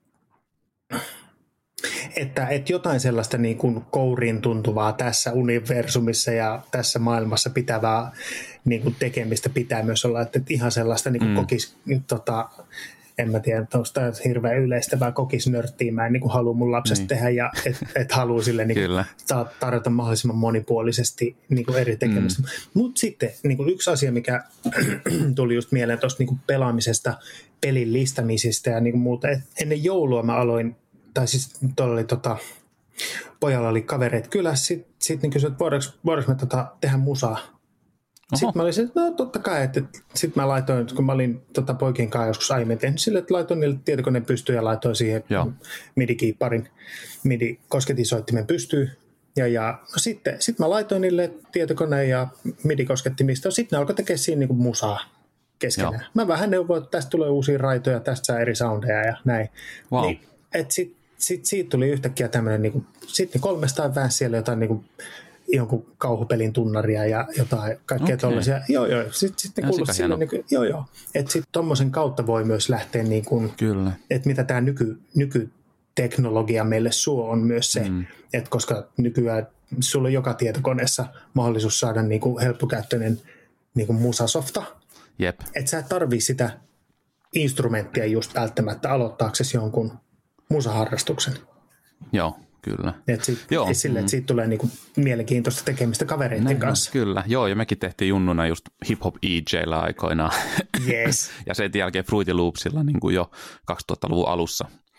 että jotain sellaista niin kuin kouriin tuntuvaa tässä universumissa ja tässä maailmassa pitävää niin kuin tekemistä pitää myös olla, että ihan sellaista niin kuin kokis, en mä tiedä, onko tämä hirveän yleistävää kokisnörttiä, mä en niin kuin halua mun lapsesta tehdä ja et halua sille niin kuin tarjota mahdollisimman monipuolisesti niin kuin eri tekemistä. Mutta sitten niin kuin yksi asia, mikä tuli just mieleen tuosta niin kuin pelaamisesta, pelin listamisesta ja niin kuin muuta, ennen joulua mä aloin, tai siis tuolla oli pojalla oli kavereet kylässä, sitten niin kysyin, että voidaanko me tehdä musaa. Sitten mä olin että no totta kai, että sitten mä laitoin, kun mä olin poikien kanssa joskus aiemmin tehnyt sille, että laitoin niille tietokoneen pystyyn ja laitoin siihen MIDI-kiipparin, MIDI-kosketisoittimen pystyyn. Ja no sitten mä laitoin niille tietokoneen ja MIDI-koskettimista, sitten ne alkoi tekemään siinä niin kuin musaa keskenään. Joo. Mä vähän neuvoin, että tästä tulee uusia raitoja, tästä saa eri soundeja ja näin. Wow. Niin, sitten siitä tuli yhtäkkiä tämmöinen, niin kuin, sitten 300 vähän siellä jotain niin kuin, jonkun kauhupelin tunnaria ja jotain kaikkea tollaisia. Joo. Sitten kuuluu sille, niin kuin, joo. Että sitten tommosen kautta voi myös lähteä niin kuin, että mitä tämä nykyteknologia meille suo on myös se, että koska nykyään sulla on joka tietokoneessa mahdollisuus saada niin kuin helppokäyttöinen niin kuin musasofta. Jep. Että sä et tarvii sitä instrumenttia just välttämättä aloittaaksesi jonkun musaharrastuksen. Joo, kyllä. Että siitä tulee niinku mielenkiintoista tekemistä kavereiden kanssa. Kyllä, joo, ja mekin tehtiin junnuna just hip-hop EJ:llä aikoinaan. Yes. Ja sen jälkeen Fruity Loopsilla niin kuin jo 2000-luvun alussa.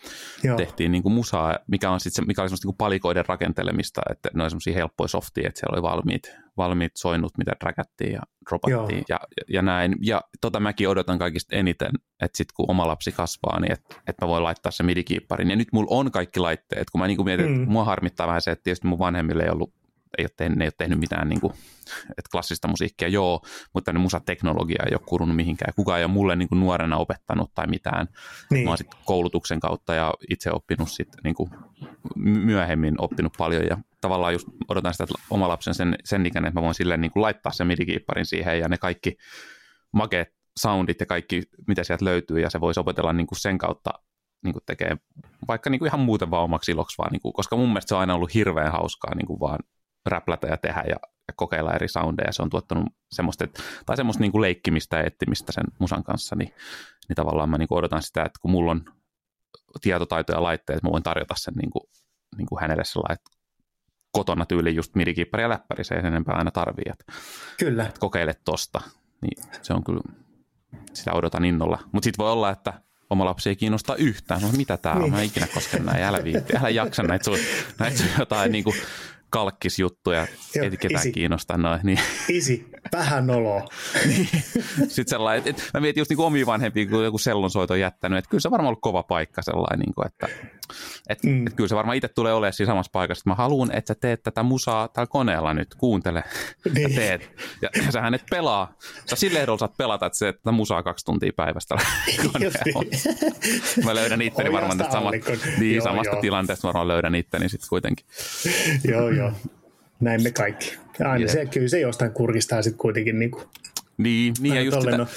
tehtiin niin kuin musaa, mikä oli semmoista niin kuin palikoiden rakentelemista, että ne oli semmoisia helppoja softia, että siellä oli valmiit soinnut, mitä räkättiin ja dropattiin ja näin. Ja mäkin odotan kaikista eniten, että sitten kun oma lapsi kasvaa, niin että mä voin laittaa se midi-kiipparin. Ja nyt mulla on kaikki laitteet, kun mä niin kuin mietin, että mua harmittaa vähän se, että tietysti mun vanhemmille ei ole tehnyt mitään niin kuin, että klassista musiikkia, mutta tämmöinen musateknologia ei ole kurunut mihinkään. Kukaan ei ole mulle niin kuin nuorena opettanut tai mitään. Niin. Mä oon sitten koulutuksen kautta ja itse oppinut sitten niin kuin myöhemmin oppinut paljon ja tavallaan just odotan sitä, että oma lapsen sen ikäinen, että mä voin silleen niin kuin laittaa sen midi-kiipparin siihen ja ne kaikki makeat soundit ja kaikki, mitä sieltä löytyy ja se voisi opetella niin kuin sen kautta niin kuin tekee vaikka niin kuin ihan muuten vaan omaksi iloksi vaan, niin kuin, koska mun mielestä se on aina ollut hirveän hauskaa niin kuin vaan räplätä ja tehdä ja kokeilla eri soundeja. Se on tuottanut semmoista, semmoista niin kuin leikkimistä ja etsimistä sen musan kanssa, niin tavallaan mä niin kuin odotan sitä, että kun mulla on tietotaito ja laitteet, mä voin tarjota sen niin kuin hänelle sellainen, että kotona tyyli just midi-kiippari ja läppäri, se ei sen enempää aina tarvii. Kyllä. Että kokeile tosta. Niin se on kyllä, sitä odotan innolla. Mutta sitten voi olla, että oma lapsi ei kiinnosta yhtään. No, mitä tää on? Mä en ikinä koske näin. Älä jaksa näitä sun jotain niinku kalkkisjuttuja. Ei ketään kiinnosta noin. Niin. Isi, vähän noloa. Niin. Sitten sellainen, että mä mietin just niinku omia vanhempia, kun joku sellonsoito on jättänyt, että kyllä se on varmaan ollut kova paikka sellainen, että kyllä se varmaan itse tulee olemaan siinä samassa paikassa, että mä haluan, että sä teet tätä musaa tällä koneella nyt, kuuntele ja teet. Ja sähän et pelaa. Sä sillä ehdolla saat pelata, että se tätä musaa 2 tuntia päivästä koneella. Mä löydän itteni varmaan tästä samasta tilanteesta, varmaan löydän itteni sitten kuitenkin. Joo. Näin me kaikki. Aina se, kyllä se jostain kurkistaa sitten kuitenkin. Niin ja just sitä.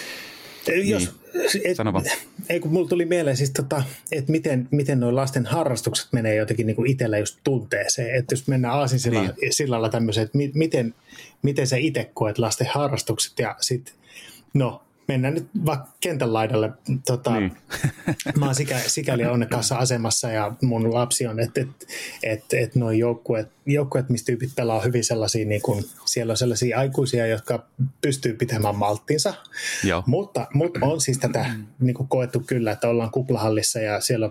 Kun mulla tuli mieleen siis että miten nuo lasten harrastukset menee jotenkin niin kuin itsellä just tunteeseen. Että jos mennään aasinsillalla tämmöiseen, että miten sä itse koet lasten harrastukset ja sitten, mennään nyt vaikka kentän laidalle. Mä oon sikäli onnekkaassa asemassa ja mun lapsi on, että nuo joukkueet, mistä tyypit pelaa hyvin sellaisia, niin kun, siellä on sellaisia aikuisia, jotka pystyy pitämään malttinsa. Mutta on siis tätä niin kuin koettu kyllä, että ollaan kuplahallissa ja siellä on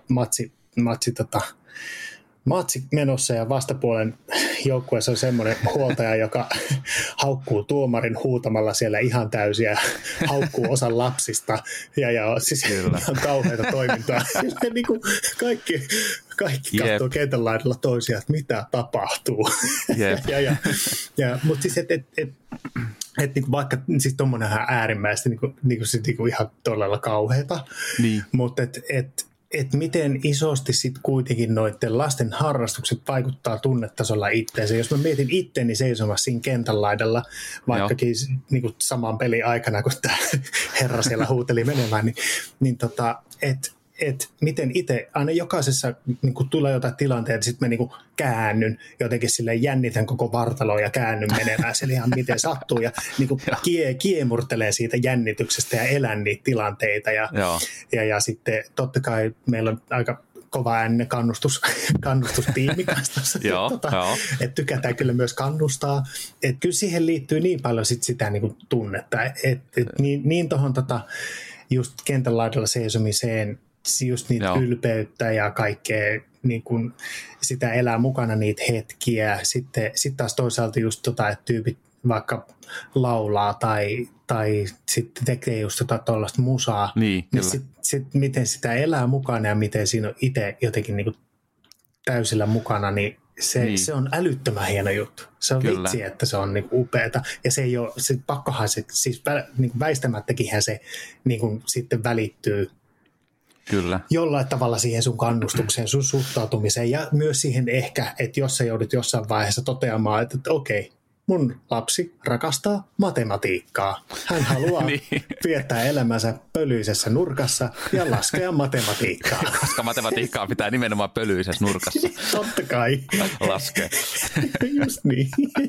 matsi menossa ja vastapuolen joukkueessa on semmoinen huoltaja, joka haukkuu tuomarin huutamalla siellä ihan täysiä, haukkuu osan lapsista ja siis ihan kauheita toimintaa. Niin kuin kaikki katsoo kentän laidalla toisiaan, että mitä tapahtuu. Mutta siis, että vaikka siis tuommoinenhan äärimmäisesti niin ihan todella kauheata, niin. Mutta että miten isosti sitten kuitenkin noiden lasten harrastukset vaikuttaa tunnetasolla itseensä. Jos mä mietin itteni seisomassa siinä kentän laidalla, vaikkakin niin saman pelin aikana, kun tämä herra siellä huuteli menemään, niin että miten itse, aina jokaisessa niin tulee jotain tilanteita, sitten mä niin käännyn, jotenkin silleen jännitän koko vartaloa ja käännyn menemään siellä ihan miten sattuu ja niin kiemurtelee siitä jännityksestä ja elän niitä tilanteita ja sitten totta kai meillä on aika kova ääninen kannustustiimi kanssa, että tykätään kyllä myös kannustaa, että kyllä siihen liittyy niin paljon sitä niin kuin tunnetta, että niin tuohon just kentän laidalla seisomiseen, just niitä ylpeyttä ja kaikkea, niin kun sitä elää mukana niitä hetkiä. Sitten taas toisaalta just että tyypit vaikka laulaa tai sitten tekee just tuollaista musaa. Niin sit miten sitä elää mukana ja miten siinä on itse jotenkin niin kuin täysillä mukana, niin se on älyttömän hieno juttu. Se on vitsi, että se on niinku upeata. Ja se ei ole, pakkohan se, siis niinku väistämättäkinhän se niinku sitten välittyy jollain tavalla siihen sun kannustukseen, sun suhtautumiseen ja myös siihen ehkä, että jos sä joudut jossain vaiheessa toteamaan, että okei, mun lapsi rakastaa matematiikkaa. Hän haluaa viettää elämänsä pölyisessä nurkassa ja laskea matematiikkaa. Koska matematiikkaa pitää nimenomaan pölyisessä nurkassa. Totta kai. Laskea. Just niin.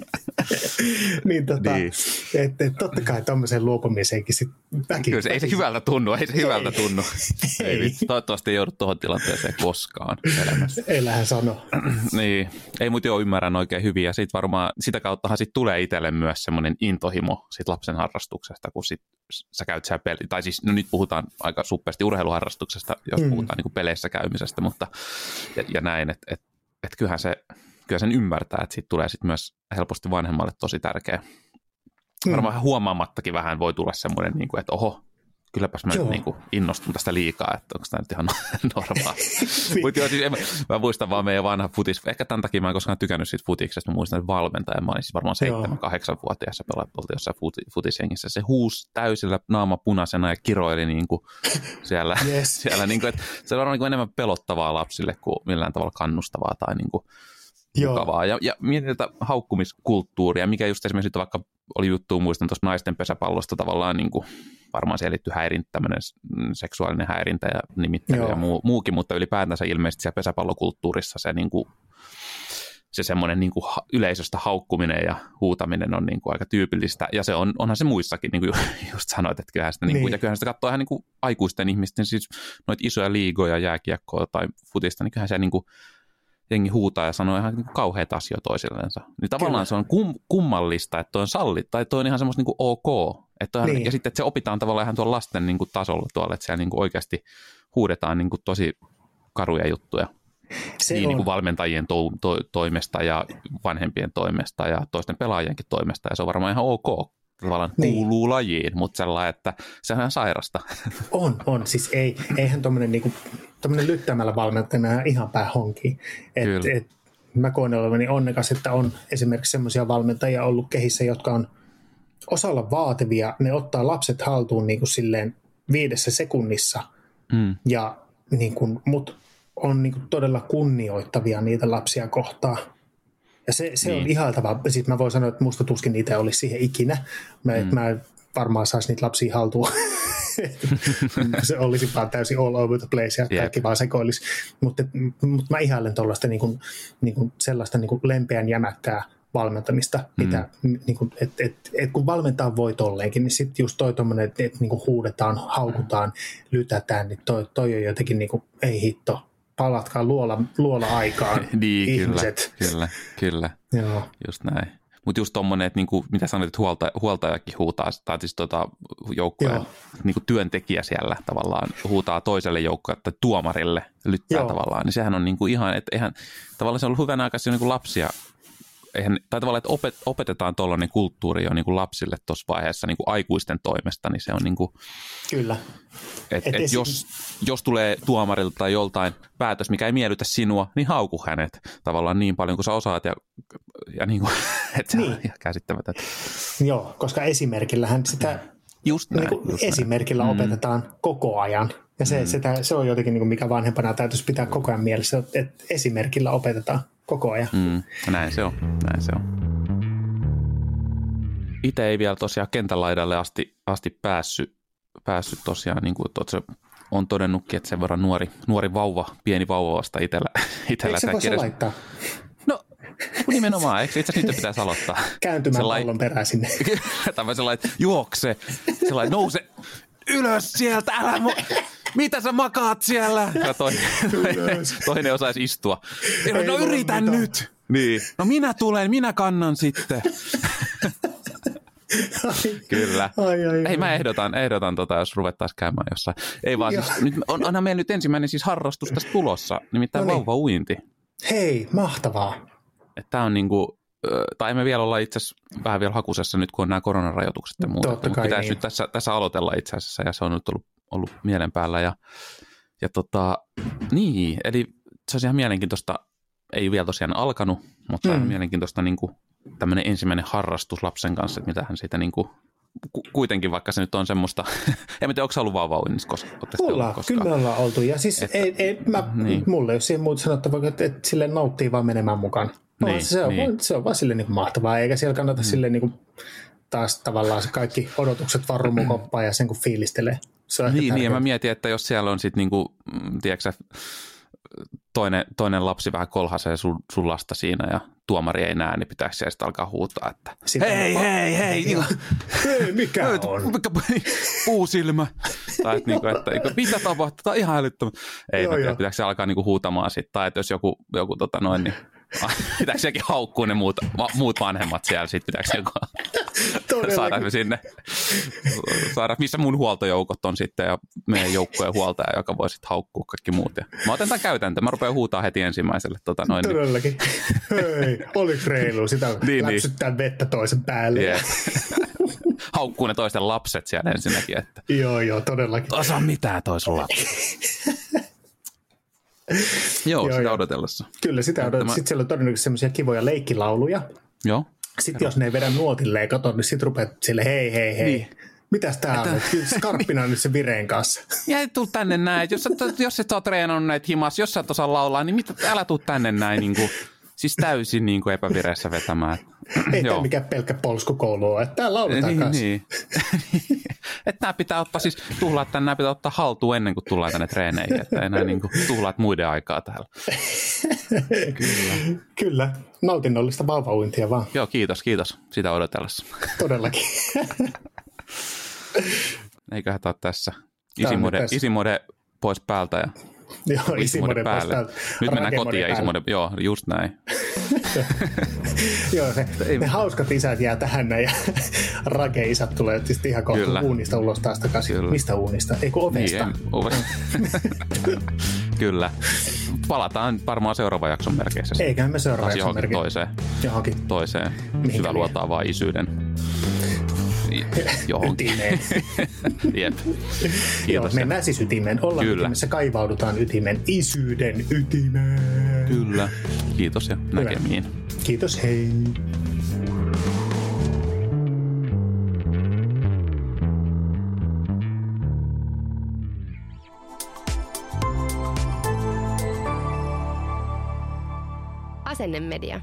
Että totta kai tommoseen luopumiseenkin sit väkivalta. Kyllä ei se hyvältä tunnu. Ei. Toivottavasti ei joudu tuohon tilanteeseen koskaan elämässä. Eilähän sano. Niin. Ei, mutta ymmärrän oikein hyvin ja sit varmaan sitä kauttahan sitten tulee itselle myös semmoinen intohimo siitä lapsen harrastuksesta, kun sit sä käyt siellä tai siis no nyt puhutaan aika suppeasti urheiluharrastuksesta, jos puhutaan niin kuin peleissä käymisestä, mutta ja näin, että kyllä sen ymmärtää, että siitä tulee sitten myös helposti vanhemmalle tosi tärkeä. Varmaan huomaamattakin vähän voi tulla semmoinen, niin kuin, että oho, kylläpäs mä niin kuin innostun tästä liikaa, että onko tämä nyt ihan normaali. Mutta joo, siis mä muistan vaan meidän vanha ehkä tämän takia mä en koskaan tykännyt siitä futiksesta, mä muistan, että valmentaja, mä olin siis varmaan 7-8-vuotias ja oltiin jossain futisjengissä, se huusi täysillä naama punaisena ja kiroili niin kuin siellä, siellä niin kuin, että se on varmaan niin kuin enemmän pelottavaa lapsille kuin millään tavalla kannustavaa tai niin kuin mukavaa. Ja mietin tätä haukkumiskulttuuria, mikä just esimerkiksi vaikka oli juttu, muistan tuossa naisten pesäpallosta tavallaan, niin kuin, varmaan siellä liittyy tämmöinen seksuaalinen häirintä ja nimittely ja muukin, mutta ylipäätänsä ilmeisesti siellä pesäpallokulttuurissa se, niin kuin, se semmoinen niin kuin yleisöstä haukkuminen ja huutaminen on niin kuin aika tyypillistä, ja se onhan se muissakin, niin kuin just sanoit, että kyllähän sitä, niin kuin, ja kyllähän sitä katsoo ihan niin kuin aikuisten ihmisten, siis noita isoja liigoja, jääkiekkoa tai futista, niin kyllähän se niin kuin jengi huutaa ja sanoo ihan niin kuin kauheita asioita toisillensa. Niin tavallaan se on kummallista, että toi on sallittu, tai toi on ihan semmoista niin kuin ok. Että ja sitten, että se opitaan tavallaan ihan tuolla lasten niin kuin tasolla tuolla, että siellä niin kuin oikeasti huudetaan niin kuin tosi karuja juttuja. Niin kuin valmentajien toimesta ja vanhempien toimesta ja toisten pelaajienkin toimesta. Ja se on varmaan ihan ok. Tavallaan kuuluu lajiin, mutta sellainen, että se on ihan sairasta. On. Siis eihän tuommoinen niinku, lyttämällä valmentajana ihan päähonkiin. Mä koen olevani onnekas, että on esimerkiksi semmoisia valmentajia ollut kehissä, jotka on osa olla vaativia. Ne ottaa lapset haltuun niin kuin silleen 5 sekunnissa, ja niin kuin, mut on niin kuin todella kunnioittavia niitä lapsia kohtaan. Ja se on ihailtavaa. Siis mä voin sanoa, että musta tuskin niitä olisi siihen ikinä. Mä varmaan saisi niitä lapsia haltuun. Se olisi vaan täysin all over the place ja kaikki vaan sekoilisi. Mutta mä ihailen tuollaista niin kuin sellaista niin kuin lempeän jämäkkää valmentamista, että kun valmentaa voi tolleenkin, niin sitten just toi tommoinen, että niin kuin huudetaan, haukutaan, lytätään, niin toi on jotenkin niin kuin, ei hitto. Palatkaa luola aikaan, niin, ihmiset. Kyllä. Joo. Just näin. Mutta just tommonen, että niinku, mitä sanoit, että huoltajakin huutaa, tai siis joukkojen niinku työntekijä siellä tavallaan huutaa toiselle joukkoille tai tuomarille lyttää tavallaan, niin sehän on niinku ihan, että eihän tavallaan se on ollut hyvän aikaisia niinku lapsia, tai tavallaan, että opetetaan tuollainen kulttuuri jo niin kuin lapsille tuossa vaiheessa niin kuin aikuisten toimesta, niin se on niin kuin, kyllä. Jos tulee tuomarilta tai joltain päätös, mikä ei miellytä sinua, niin hauku hänet tavallaan niin paljon kuin sä osaat, ja niin kuin, että se on ihan käsittämätöntä. Joo, koska esimerkillähän sitä esimerkillä opetetaan koko ajan. Ja se on jotenkin, niin kuin mikä vanhempana täytyisi pitää koko ajan mielessä, että esimerkillä opetetaan koko ajan. Näin se on. Itse ei vielä tosiaan kentän laidalle asti päässyt tosiaan, niin kuin on todennutkin, että sen verran nuori vauva, pieni vauva vasta itsellä. Eikö se voisi laittaa? No, nimenomaan. Eikö itse asiassa nyt pitäisi aloittaa? Kääntymään pallon perään sinne. Tai sellainen, juokse, sellainen, nouse ylös sieltä, mitä sä makaat siellä? Ja toinen osaisi istua. No yritän nyt. Niin. No minä tulen, minä kannan sitten. Kyllä. Ei, mä ehdotan jos ruvettaisiin käymään jossain. Ei vaan siis, onhan meillä nyt ensimmäinen siis harrastus tässä tulossa, nimittäin vauvauinti. Hei, mahtavaa. Tämä on niinku, tai emme vielä olla itse asiassa vähän vielä hakusessa nyt, kun on nämä koronarajoitukset ja muuta. Mutta pitäisi nyt tässä aloitella itse asiassa, ja se on nyt ollut mielen päällä. Ja niin, eli se on ihan mielenkiintoista, ei vielä tosiaan alkanut, mutta se on mielenkiintoista niin kuin tämmöinen ensimmäinen harrastus lapsen kanssa, että mitä hän siitä niin kuin, kuitenkin, vaikka se nyt on semmoista, en tiedä, onko sä ollut vauvauinnissa koskaan? Kyllä me ollaan oltu, ja siis mulle ei ole siihen muuta sanottavaa, että sille nauttii vaan menemään mukaan. Se on vaan silleen niin kuin mahtavaa, eikä siellä kannata silleen niin kuin taas tavallaan se kaikki odotukset vaan rumukoppaan ja sen kun fiilistelee. Niin, ja mä mietin, että jos siellä on sitten niinku, tiedätkö toinen lapsi vähän kolhaisee sun lasta siinä ja tuomari ei näe, niin pitääkö siellä sitten alkaa huutaa, että hei. Hei, mikä on? Puusilmä. Tai että mitä tapahtuu? Tämä on ihan älyttömän. Ei, pitääkö se alkaa niinku huutamaan sitten. Tai että jos joku niin Pitääkö sekin haukkua ne muut vanhemmat siellä? Sitten pitääkö saada sinne, missä mun huoltojoukot on sitten ja meidän joukkojen huoltaja, joka voi sitten haukkua kaikki muut. Ja mä otan tämän käytäntöön. Mä rupean huutaa heti ensimmäiselle. Todellakin. Hei, oliko reilu? Sitä läpsyttää vettä toisen päälle. Yeah. Haukkuu ne toisten lapset siellä ensinnäkin. Että Joo, todellakin. Osaa mitään toisen lapset. Joo, sitä odotellessa. Kyllä, sitä odotellessa. Sitten siellä on todennäköisesti semmoisia kivoja leikkilauluja. Joo. Sitten jos ne ei vedä nuotilleen, kato, niin sitten rupeat sille hei. Niin. Mitäs tää on? Skarppina on nyt se Vireen kanssa. Ja tuu tänne näin. Jos et ole treenannut näitä himas, jos sä et osaa laulaa, niin älä tuu tänne näin. Niin kuin, siis täysin niin kuin epävireessä vetämään. Ei tämä mikään pelkkä polskukoulu ole. Tää lauletaan kanssa. Niin. Että nämä pitää ottaa, siis tuhlaat tänne, nämä pitää ottaa haltuun ennen kuin tullaan tänne treeneihin. Että enää niin kuin tuhlaat muiden aikaa täällä. Kyllä. Nautinnollista vauvauintia vaan. Joo, kiitos. Sitä odotellessa. Todellakin. Eiköhän tämä tässä. Isimode pois päältä ja Joo, Isimode pois päältä. Nyt mennään kotiin ja Isimode, joo, just näin. Joo, ne hauskat isät jää tähän ja rake-isät tulee tietysti ihan kohta uunista ulos taas takaisin. Kyllä. Mistä uunista? Ei kun ovesta. Niin, Kyllä. Palataan varmaan seuraavan jakson merkeissä. Eiköhän me seuraavan jakson merkeissä. Johonkin toiseen. Hyvä luotaa vaan isyyden. Ytimeen. Jep. Joo, mennään siis ytimeen. Ollaan ytimessä, kaivaudutaan ytimen, isyyden ytimeen. Kyllä. Kiitos ja näkemiin. Kiitos, hei. Asennemedia.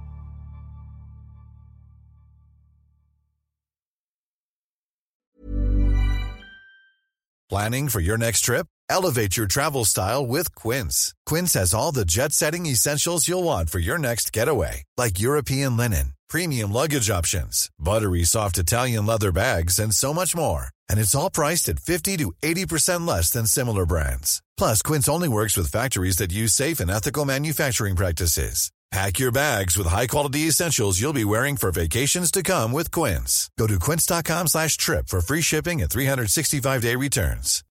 Planning for your next trip? Elevate your travel style with Quince. Quince has all the jet-setting essentials you'll want for your next getaway, like European linen, premium luggage options, buttery soft Italian leather bags, and so much more. And it's all priced at 50 to 80% less than similar brands. Plus, Quince only works with factories that use safe and ethical manufacturing practices. Pack your bags with high-quality essentials you'll be wearing for vacations to come with Quince. Go to quince.com/trip for free shipping and 365-day returns.